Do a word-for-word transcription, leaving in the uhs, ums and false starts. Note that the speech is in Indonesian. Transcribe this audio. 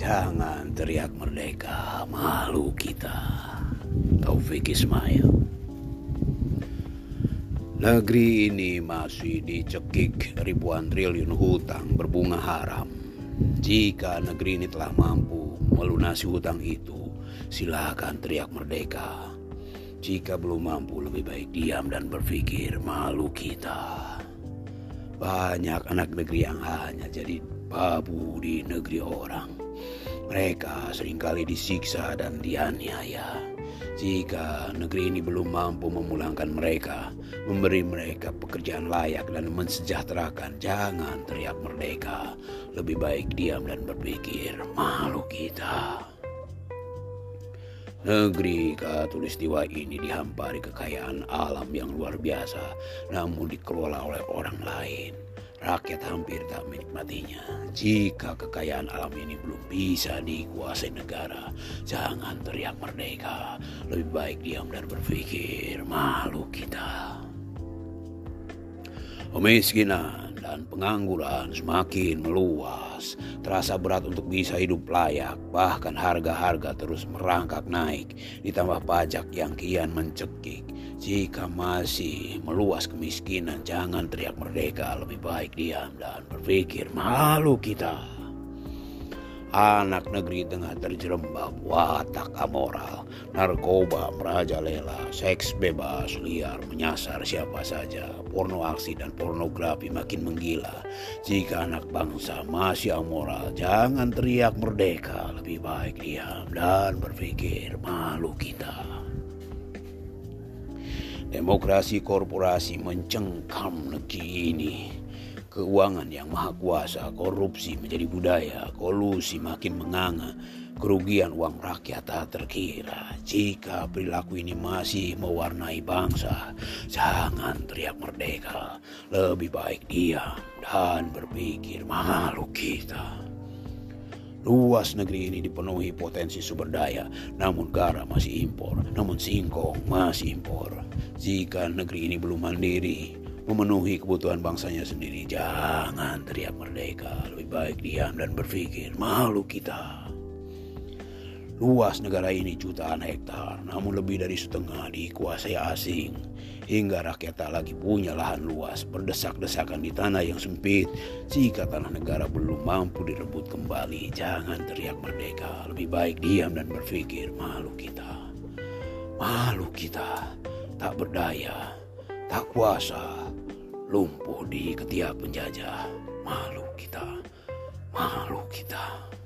Jangan teriak merdeka, malu kita. Taufik Ismail. Negeri ini masih dicekik ribuan triliun hutang berbunga haram. Jika negeri ini telah mampu melunasi hutang itu, silakan teriak merdeka. Jika belum mampu, lebih baik diam dan berpikir, malu kita. Banyak anak negeri yang hanya jadi babu di negeri orang. Mereka seringkali disiksa dan dianiaya. Jika negeri ini belum mampu memulangkan mereka, memberi mereka pekerjaan layak dan mensejahterakan, jangan teriak merdeka. Lebih baik diam dan berpikir, malu kita. Negeri Katulistiwa ini dihampari kekayaan alam yang luar biasa, namun dikelola oleh orang lain. Rakyat hampir tak menikmatinya. Jika kekayaan alam ini belum bisa dikuasai negara, jangan teriak merdeka. Lebih baik diam dan berpikir, malu kita. Kemiskinan dan pengangguran semakin meluas. Terasa berat untuk bisa hidup layak. Bahkan harga-harga terus merangkak naik. Ditambah pajak yang kian mencekik. Jika masih meluas kemiskinan, jangan teriak merdeka. Lebih baik diam dan berpikir, malu kita. Anak negeri tengah terjerembab watak amoral, narkoba merajalela, seks bebas liar menyasar siapa saja, porno aksi dan pornografi makin menggila. Jika anak bangsa masih amoral, jangan teriak merdeka. Lebih baik diam dan berpikir, malu kita. Demokrasi korporasi mencengkam negeri ini. Keuangan yang maha kuasa, korupsi menjadi budaya, kolusi makin menganga, kerugian uang rakyat tak terkira. Jika perilaku ini masih mewarnai bangsa, jangan teriak merdeka. Lebih baik diam dan berpikir, malu kita. Luas negeri ini dipenuhi potensi sumber daya, namun garam masih impor, namun singkong masih impor. Jika negeri ini belum mandiri, memenuhi kebutuhan bangsanya sendiri, jangan teriak merdeka. Lebih baik diam dan berpikir, malu kita. Luas negara ini jutaan hektar, namun lebih dari setengah dikuasai asing. Hingga rakyat tak lagi punya lahan luas, berdesak-desakan di tanah yang sempit. Jika tanah negara belum mampu direbut kembali, jangan teriak merdeka. Lebih baik diam dan berpikir, malu kita. Malu kita, tak berdaya, tak kuasa, lumpuh di ketiak penjajah. Malu kita, malu kita.